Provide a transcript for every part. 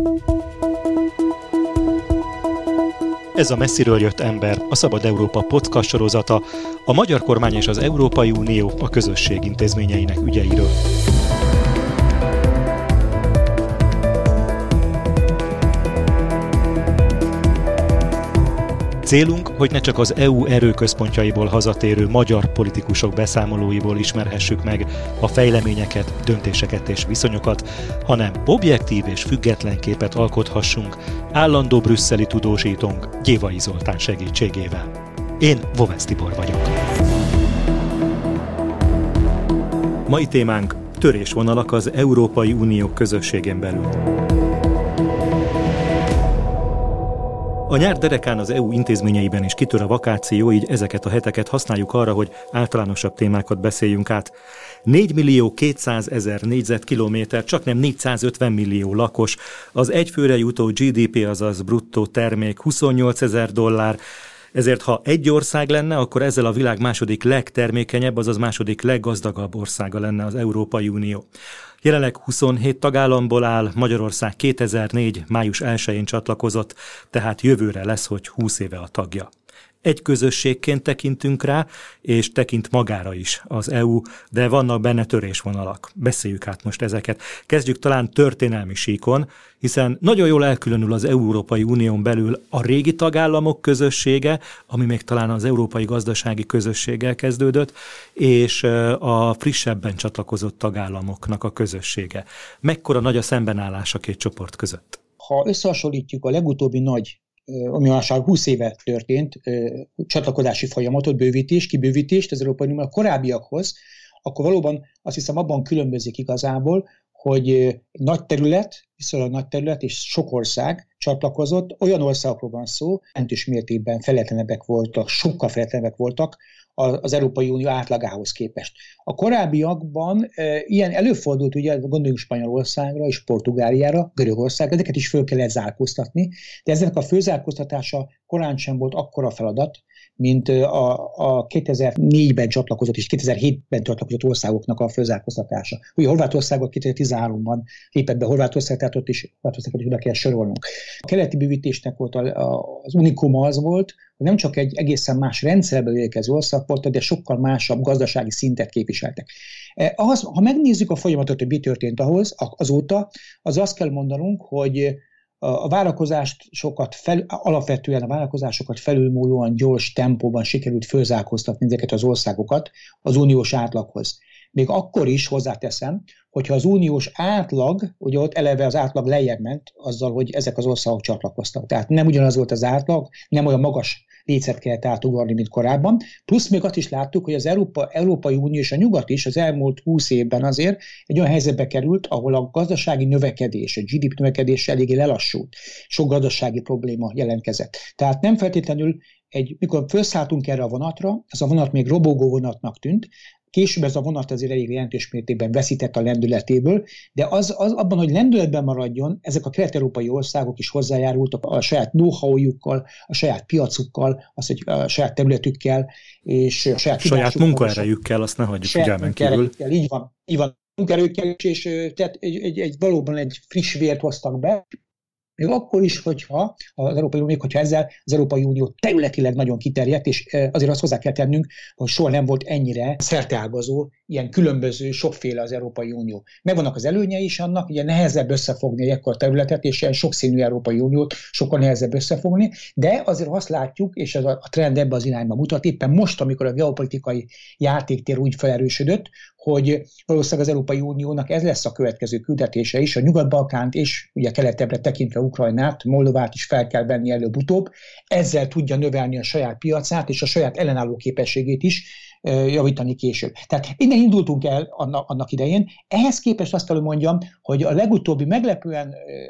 Ez a Messziről jött ember, a Szabad Európa podcast sorozata, a magyar kormány és az Európai Unió a közösség intézményeinek ügyeiről. Célunk, hogy ne csak az EU erőközpontjaiból hazatérő magyar politikusok beszámolóiból ismerhessük meg a fejleményeket, döntéseket és viszonyokat, hanem objektív és független képet alkothassunk állandó brüsszeli tudósítónk Gyévai Zoltán segítségével. Én Vovesz Tibor vagyok. Mai témánk törésvonalak az Európai Unió közösségén belül. A nyár derekán az EU intézményeiben is kitör a vakáció, így ezeket a heteket használjuk arra, hogy általánosabb témákat beszéljünk át. 4.200.000 négyzetkilométer, csaknem 450 millió lakos, az egyfőre jutó GDP, azaz bruttó termék $28,000, ezért ha egy ország lenne, akkor ezzel a világ második legtermékenyebb, azaz második leggazdagabb országa lenne az Európai Unió. Jelenleg 27 tagállamból áll, Magyarország 2004. május 1-én csatlakozott, tehát jövőre lesz, hogy 20 éve a tagja. Egy közösségként tekintünk rá, és tekint magára is az EU, de vannak benne törésvonalak. Beszéljük át most ezeket. Kezdjük talán történelmi síkon, hiszen nagyon jól elkülönül az Európai Unión belül a régi tagállamok közössége, ami még talán az Európai Gazdasági Közösséggel kezdődött, és a frissebben csatlakozott tagállamoknak a közössége. Mekkora nagy a szembenállás a két csoport között? Ha összehasonlítjuk a legutóbbi nagy, ami már 20 éve történt, csatlakozási folyamatot, kibővítést az Európai Unió a korábbiakhoz, akkor valóban azt hiszem abban különbözik igazából, hogy nagy terület, viszonylag nagy terület és sok ország csatlakozott, olyan országokról van szó, jelentős mértékben fejletlenebbek voltak, sokkal fejletlenebbek voltak az Európai Unió átlagához képest. A korábbiakban ilyen előfordult, ugye gondoljunk Spanyolországra és Portugáliára, Görögországra, ezeket is föl kellett zárkóztatni, de ezek a fölzárkóztatása korán sem volt akkora feladat, mint a 2004-ben csatlakozott és 2007-ben csatlakozott országoknak a fölzárkóztatása. Ugye Horvátországban 2013-ban lépett be Horvátország, tehát ott is Horvátországot is oda kell sorolnunk. A keleti bővítésnek volt az unikuma az volt, hogy nem csak egy egészen más rendszerből érkező ország volt, de sokkal másabb gazdasági szintet képviseltek. Ha megnézzük a folyamatot, hogy mi történt azóta, az azt kell mondanunk, hogy alapvetően a vállalkozásokat felülmúlóan gyors tempóban sikerült fölzárkóztatni ezeket az országokat az uniós átlaghoz. Még akkor is hozzáteszem, hogyha az uniós átlag, ugye ott eleve az átlag lejjebb ment azzal, hogy ezek az országok csatlakoztak. Tehát nem ugyanaz volt az átlag, nem olyan magas lécet kellett átugorni, mint korábban. Plusz még azt is láttuk, hogy az Európai Unió és a nyugat is az elmúlt 20 évben azért egy olyan helyzetbe került, ahol a gazdasági növekedés, a GDP növekedés eléggé lelassult. Sok gazdasági probléma jelentkezett. Tehát nem feltétlenül mikor felszálltunk erre a vonatra, ez a vonat még robogó vonatnak tűnt, később ez a vonat azért elég jelentős mértékben veszített a lendületéből, de az abban, hogy lendületben maradjon, ezek a kelet-európai országok is hozzájárultak a saját know-howjukkal, a saját piacukkal, a saját területükkel, és a saját munkaerejükkel, azt ne hagyjuk figyelmen kívül. Így van, munkaerőkkel, és tehát valóban egy friss vért hoztak be, még akkor is, hogyha ezzel az Európai Unió területileg nagyon kiterjedt, és azért azt hozzá kell tennünk, hogy soha nem volt ennyire szerteágazó, ilyen különböző, sokféle az Európai Unió. Megvannak az előnyei is annak, ugye nehezebb összefogni egy ekkor területet, és ilyen sokszínű Európai Uniót sokkal nehezebb összefogni, de azért azt látjuk, és ez a trend ebbe az irányba mutat, éppen most, amikor a geopolitikai játéktér úgy felerősödött, hogy valószínűleg az Európai Uniónak ez lesz a következő küldetése is, a Nyugat-Balkánt és ugye keletebbre tekintve Ukrajnát, Moldovát is fel kell venni előbb-utóbb, ezzel tudja növelni a saját piacát és a saját ellenálló képességét is javítani később. Tehát innen indultunk el annak idején. Ehhez képest azt kell, hogy mondjam, hogy a legutóbbi meglepően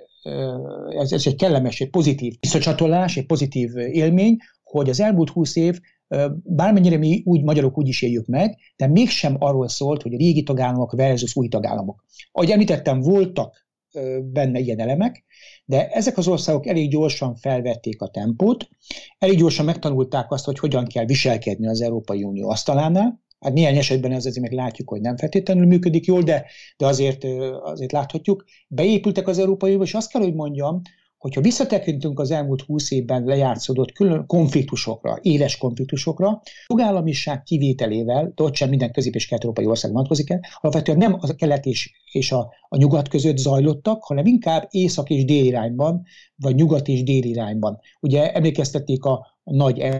ez egy kellemes, egy pozitív visszacsatolás, egy pozitív élmény, hogy az elmúlt 20 év bármennyire mi magyarok úgy is éljük meg, de mégsem arról szólt, hogy a régi tagállamok versus új tagállamok. Ahogy említettem, voltak benne ilyen elemek, de ezek az országok elég gyorsan felvették a tempót, elég gyorsan megtanulták azt, hogy hogyan kell viselkedni az Európai Unió asztalánál, Hát néhány esetben ez azért meg látjuk, hogy nem feltétlenül működik jól, de azért láthatjuk. Beépültek az Európai Unióba, és azt kell, hogy mondjam, hogyha visszatekintünk az elmúlt 20 évben lejátszódott külön konfliktusokra, éles konfliktusokra, jogállamiság kivételével, de ott sem minden közép- és kelet-európai ország vonatkozik el, alapvetően nem a kelet és a nyugat között zajlottak, hanem inkább észak és dél irányban, vagy nyugat és dél irányban. Ugye emlékeztették a nagy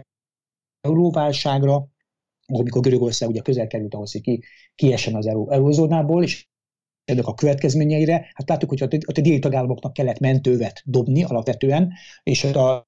euróválságra, amikor Görögország ugye közel került ahhoz, hogy kiessen az eurózónából, és ennek a következményeire, hát láttuk, hogy ott a déli tagállamoknak kellett mentővet dobni alapvetően, és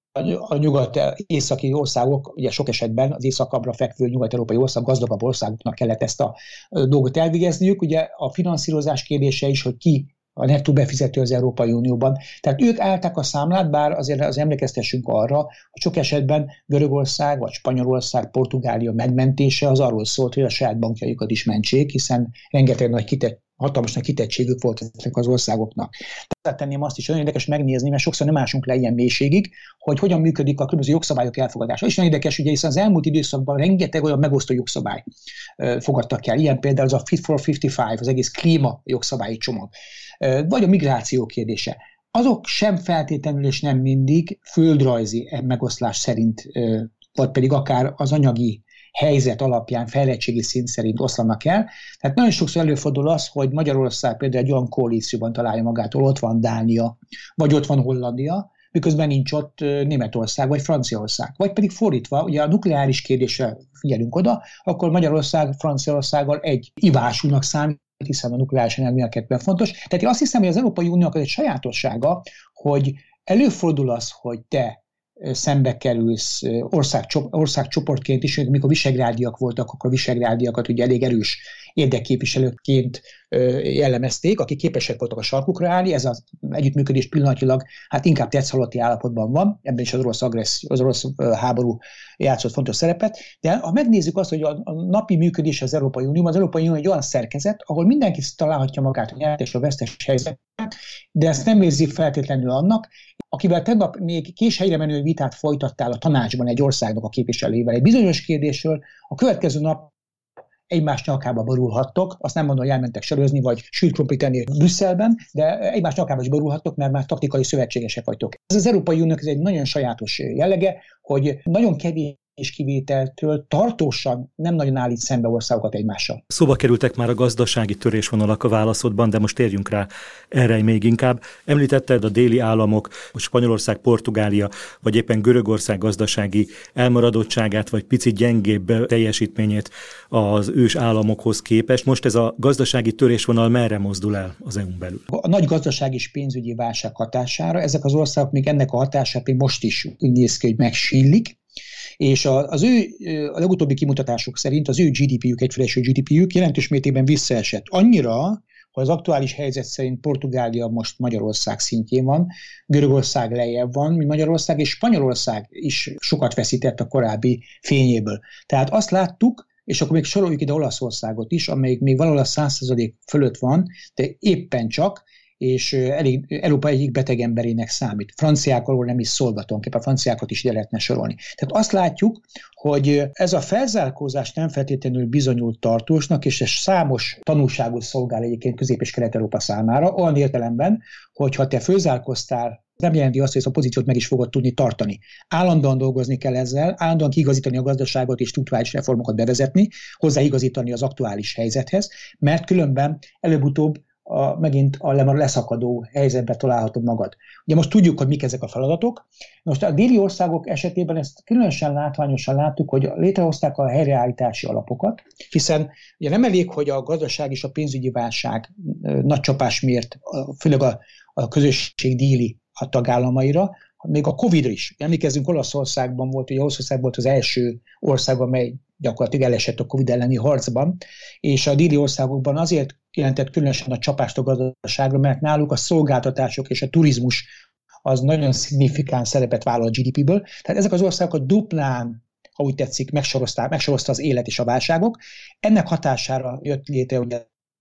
a nyugat-északi országok, ugye sok esetben az északabbra fekvő nyugat-európai ország, gazdagabb országoknak kellett ezt a dolgot elvégezniük. Ugye a finanszírozás kérdése is, hogy ki a nettó befizető az Európai Unióban. Tehát ők állták a számlát, bár azért az emlékeztessünk arra, hogy sok esetben Görögország, vagy Spanyolország, Portugália megmentése az arról szólt, hogy a saját bankjaikat is mentsék, hiszen rengeteg hatalmas nagy kitettségük volt ezek az országoknak. Tehát tenném azt is, nagyon érdekes megnézni, mert sokszor nem ásunk le ilyen mélységig, hogy hogyan működik a különböző jogszabályok elfogadása. És nagyon érdekes, ugye, hiszen az elmúlt időszakban rengeteg olyan megosztó jogszabály fogadtak el. Ilyen például az a Fit for 55, az egész klíma jogszabályi csomag, vagy a migráció kérdése. Azok sem feltétlenül és nem mindig földrajzi megoszlás szerint, vagy pedig akár az anyagi helyzet alapján, fejlettségi szint szerint oszlanak el. Tehát nagyon sokszor előfordul az, hogy Magyarország például egy olyan koalícióban találja magát, ahol ott van Dánia, vagy ott van Hollandia, miközben nincs ott Németország vagy Franciaország. Vagy pedig fordítva, ugye a nukleáris kérdésre figyelünk oda, akkor Magyarország Franciaországgal egy ivásúnak számít, hiszen a nukleáris energiákban fontos. Tehát én azt hiszem, hogy az Európai Uniónak egy sajátossága, hogy előfordul az, hogy te szembe kerülsz országcsoportként is, mikor visegrádiak voltak, akkor a visegrádiakat ugye elég erős érdekképviselőként jellemezték, akik képesek voltak a sarkukra állni, ez az együttműködés pillanatilag hát inkább tetszhalatti állapotban van, ebben is az orosz háború játszott fontos szerepet, de ha megnézzük azt, hogy a napi működés az Európai Unióban, az Európai Unió egy olyan szerkezet, ahol mindenki találhatja magát a nyertes a vesztes helyzetben, de ezt nem érzi feltétlenül annak, akivel tegnap még késhelyre menő vitát folytattál a tanácsban egy országnak a képviselőivel egy bizonyos kérdésről, a következő nap egymás nyakába borulhattok, azt nem mondom, hogy elmentek sörözni, vagy sült krumplit enni Brüsszelben, de egymás nyakába is borulhattok, mert már taktikai szövetségesek vagytok. Ez az Európai Uniónak egy nagyon sajátos jellege, hogy nagyon kevés kivételtől tartósan nem nagyon állít szembe országokat egymással. Szóba kerültek már a gazdasági törésvonalak a válaszodban, de most térjünk rá erre még inkább. Említetted a déli államok, a Spanyolország, Portugália, vagy éppen Görögország gazdasági elmaradottságát, vagy picit gyengébb teljesítményét az ős államokhoz képest. Most ez a gazdasági törésvonal merre mozdul el az EU-n belül? A nagy gazdasági és pénzügyi válság hatására ezek az országok még ennek a hatását még most is úgy néz ki, hogy megsíllik, és a legutóbbi kimutatások szerint az ő GDP-jük, egyfőre GDP-jük jelentős mértékben visszaesett. Annyira, hogy az aktuális helyzet szerint Portugália most Magyarország szintjén van, Görögország lejjebb van, mint Magyarország, és Spanyolország is sokat veszített a korábbi fényéből. Tehát azt láttuk, és akkor még soroljuk ide Olaszországot is, amelyik még valahol a 100% fölött van, de éppen csak, és Európa egyik beteg emberének számít. Franciákról nem is szólva, tulajdonképpen a franciákat is ide lehetne sorolni. Tehát azt látjuk, hogy ez a felzárkózás nem feltétlenül bizonyult tartósnak, és ez számos tanulságot szolgál egyébként Közép- és Kelet-Európa számára, olyan értelemben, hogy ha te fölzárkóztál, nem jelenti azt, hogy ezt a pozíciót meg is fogod tudni tartani. Állandóan dolgozni kell ezzel, állandóan kiigazítani a gazdaságot és strukturális reformokat bevezetni, hozzáigazítani az aktuális helyzethez, mert különben előbb-utóbb megint a leszakadó helyzetbe találhatod magad. Ugye most tudjuk, hogy mik ezek a feladatok. Most a déli országok esetében ezt különösen látványosan láttuk, hogy létrehozták a helyreállítási alapokat, hiszen ugye nem elég, hogy a gazdaság és a pénzügyi válság nagy csapás mért, főleg a közösség déli a tagállamaira, még a Covid-ra is. Emlékezzünk, Olaszországban volt, ugye Olaszország volt az első ország, amely gyakorlatilag elesett a Covid elleni harcban, és a déli országokban azért jelentett különösen a csapást a gazdaságra, mert náluk a szolgáltatások és a turizmus az nagyon szignifikáns szerepet vállal a GDP-ből. Tehát ezek az országok duplán, ha úgy tetszik, megsorozta az élet és a válságok. Ennek hatására jött létre ugye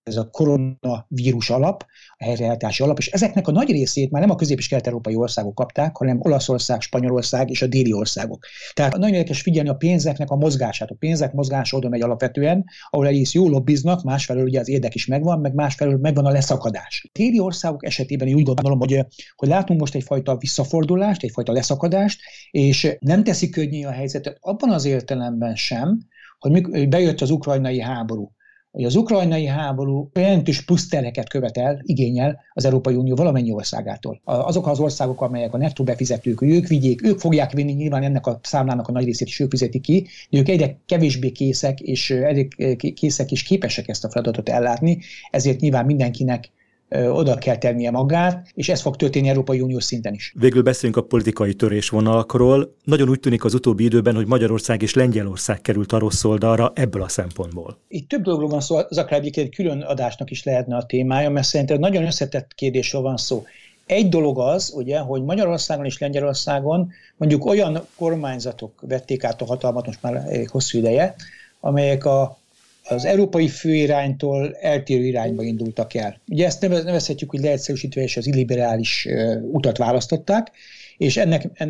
ez a koronavírus alap, a helyreállítási alap, és ezeknek a nagy részét már nem a közép- és kelet-európai országok kapták, hanem Olaszország, Spanyolország és a déli országok. Tehát nagyon érdekes figyelni a pénzeknek a mozgását. A pénzek mozgása oda megy alapvetően, ahol egész jó lobbiznak, másfelől ugye az érdek is megvan, meg másfelől megvan a leszakadás. A déli országok esetében én úgy gondolom, hogy látunk most egyfajta visszafordulást, egyfajta leszakadást, és nem teszi könnyű a helyzetet abban az értelemben sem, hogy bejött az ukrajnai háború. Hogy az ukrajnai háború jelentős pluszterheket követel, igényel az Európai Unió valamennyi országától. Azok az országok, amelyek a nettó befizetők, ők fogják vinni, nyilván ennek a számlának a nagy részét is ők fizetik ki, de ők egyre kevésbé készek és képesek ezt a feladatot ellátni, ezért nyilván mindenkinek oda kell tennie magát, és ez fog történni Európai Uniós szinten is. Végül beszéljünk a politikai törésvonalakról. Nagyon úgy tűnik az utóbbi időben, hogy Magyarország és Lengyelország került a rossz oldalra ebből a szempontból. Itt több dologról van szó, az akár egy külön adásnak is lehetne a témája, mert szerintem nagyon összetett kérdésről van szó. Egy dolog az, ugye, hogy Magyarországon és Lengyelországon mondjuk olyan kormányzatok vették át a hatalmat most már hosszú ideje, amelyek az európai főiránytól eltérő irányba indultak el. Ugye ezt nevezhetjük, hogy leegyszerűsítve és az illiberális utat választották, és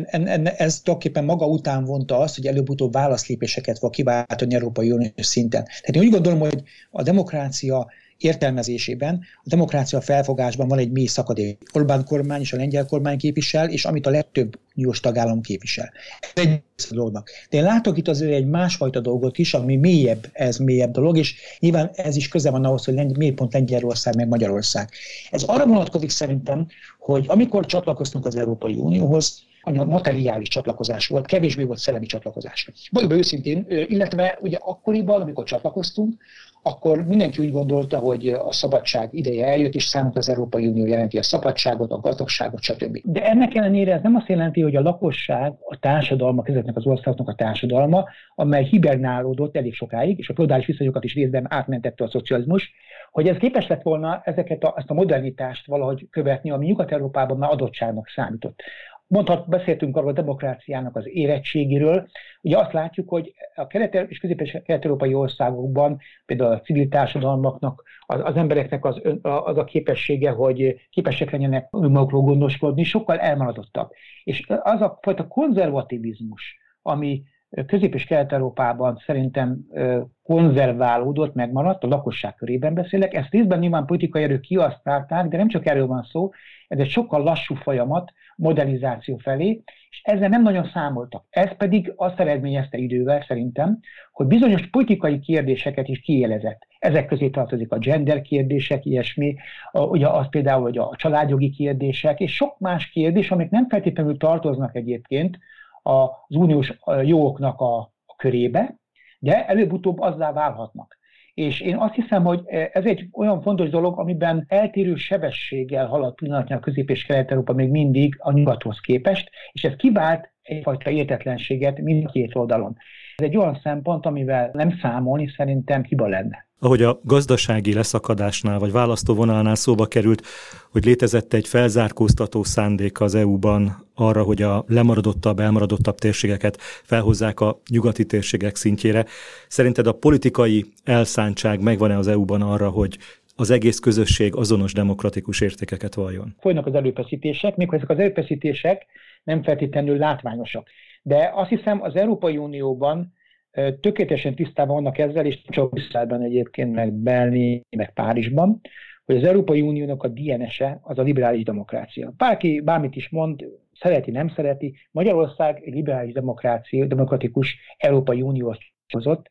ez tulajdonképpen maga után vonta azt, hogy előbb-utóbb válaszlépéseket fog kiváltani Európai Uniós szinten. Tehát én úgy gondolom, hogy a demokrácia értelmezésében, a demokrácia felfogásban van egy mély szakadék. Orbán kormány és a lengyel kormány képvisel, és amit a legtöbb uniós tagállam képvisel. Ez egy dolognak. De én látok itt azért egy másfajta dolgot is, ami mélyebb dolog, és nyilván ez is köze van ahhoz, hogy miért pont Lengyelország meg Magyarország. Ez arra vonatkozik szerintem, hogy amikor csatlakoztunk az Európai Unióhoz, a materiális csatlakozás volt, kevésbé volt szellemi csatlakozás. Valóban őszintén, illetve ugye akkoriban, amikor csatlakoztunk, akkor mindenki úgy gondolta, hogy a szabadság ideje eljött, és számunkra az Európai Unió jelenti a szabadságot, a gazdagságot, stb. De ennek ellenére ez nem azt jelenti, hogy a lakosság, a társadalmak, ezeknek az országoknak a társadalma, amely hibernálódott elég sokáig, és a feodális viszonyokat is részben átmentette a szocializmus, hogy ez képes lett volna ezt a modernitást valahogy követni, ami Nyugat-Európában már adottságnak számított. Beszéltünk arról a demokráciának az érettségéről. Ugye azt látjuk, hogy a kelet- és közép-kelet-európai országokban például a civil társadalmaknak, az embereknek az a képessége, hogy képesek legyenek önmagukról gondoskodni, sokkal elmaradottabb. És az a fajta konzervativizmus, ami Közép- és Kelet-Európában szerintem konzerválódott, megmaradt, a lakosság körében beszélek. Ezt részben nyilván politikai erők kihasználták, de nem csak erről van szó, ez egy sokkal lassú folyamat, modernizáció felé, és ezzel nem nagyon számoltak. Ez pedig azt eredményezte idővel szerintem, hogy bizonyos politikai kérdéseket is kiélezett. Ezek közé tartozik a gender kérdések, ilyesmi, ugye az például hogy a családjogi kérdések, és sok más kérdés, amik nem feltétlenül tartoznak egyébként az uniós jogoknak a körébe, de előbb-utóbb azzá válhatnak. És én azt hiszem, hogy ez egy olyan fontos dolog, amiben eltérő sebességgel halad pillanatnyilag Közép- és Kelet-Európa még mindig a nyugathoz képest, és ez kivált egyfajta értetlenséget mindkét oldalon. Ez egy olyan szempont, amivel nem számolni szerintem hiba lenne. Ahogy a gazdasági leszakadásnál vagy választóvonalnál szóba került, hogy létezett egy felzárkóztató szándék az EU-ban arra, hogy a lemaradottabb, elmaradottabb térségeket felhozzák a nyugati térségek szintjére. Szerinted a politikai elszántság megvan-e az EU-ban arra, hogy az egész közösség azonos demokratikus értékeket valljon? Folynak az erőfeszítések, mikor ezek az erőfeszítések nem feltétlenül látványosak. De azt hiszem az Európai Unióban tökéletesen tisztában vannak ezzel, és csak Brüsszelben egyébként, meg Berlin, meg Párizsban, hogy az Európai Uniónak a DNS-e az a liberális demokrácia. Bárki bármit is mond, szereti, nem szereti, Magyarország egy liberális demokratikus Európai Unióhoz hozott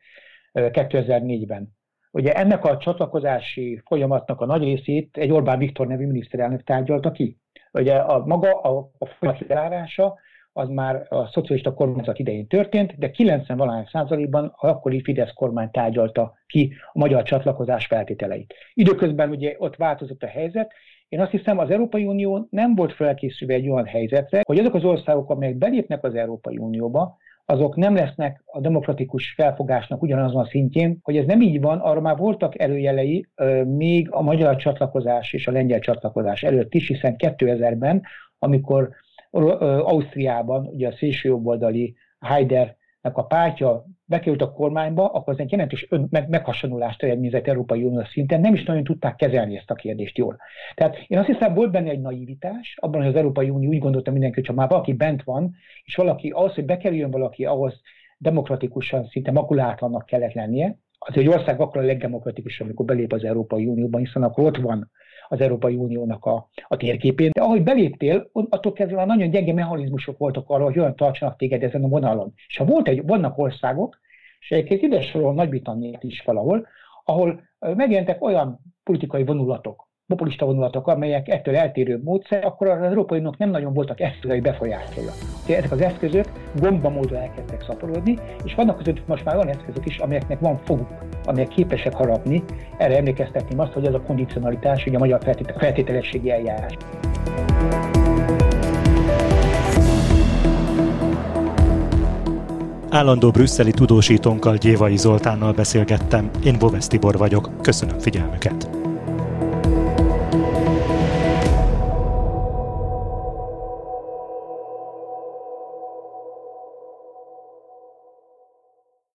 2004-ben. Ugye ennek a csatlakozási folyamatnak a nagy részét egy Orbán Viktor nevű miniszterelnök tárgyalta ki. Ugye a folyamat lezárása az már a szocialista kormányzat idején történt, de 90% a akkori Fidesz kormány tárgyalta ki a magyar csatlakozás feltételeit. Időközben ugye ott változott a helyzet. Én azt hiszem, az Európai Unió nem volt felkészülve egy olyan helyzetre, hogy azok az országok, amelyek belépnek az Európai Unióba, azok nem lesznek a demokratikus felfogásnak ugyanazon a szintjén. Hogy ez nem így van, arra már voltak előjelei még a magyar csatlakozás és a lengyel csatlakozás előtt is, hiszen 2000-ben, amikor Ausztriában ugye a szélsőjobboldali Haidernek a pártja bekerült a kormányba, akkor az egy jelentős meghasonlulást eredményezett Európai Unió szinten, nem is nagyon tudták kezelni ezt a kérdést jól. Tehát én azt hiszem, volt benne egy naivitás, abban, hogy az Európai Unió úgy gondolta mindenki, hogy ha már valaki bent van, és valaki ahhoz, hogy bekerüljön valaki, ahhoz demokratikusan, szinte makulátlannak kellett lennie. Az egy ország akkor a legdemokratikusabb, amikor belép az Európai Unióban, hiszen akkor ott van az Európai Uniónak a térképén. De ahogy beléptél, attól kezdve nagyon gyenge mechanizmusok voltak arra, hogy hogyan tartsanak téged ezen a vonalon. És ha vannak országok, és egyébként ide sorol Nagy-Britanniát is valahol, ahol megjelentek olyan politikai vonulatok, populista vonulatok, amelyek ettől eltérő módszer, akkor az Európai Uniónak nem nagyon voltak eszközei befolyásolja. Ezek az eszközök gomba módon elkezdtek szaporodni, és vannak közöttük most már olyan eszközök is, amelyeknek van foguk, amelyek képesek harapni. Erre emlékeztetném azt, hogy ez a kondicionalitás, ugye a magyar feltételességi eljárás. Állandó brüsszeli tudósítónkkal, Gyévai Zoltánnal beszélgettem, én Bovesz Tibor vagyok, köszönöm figyelmüket.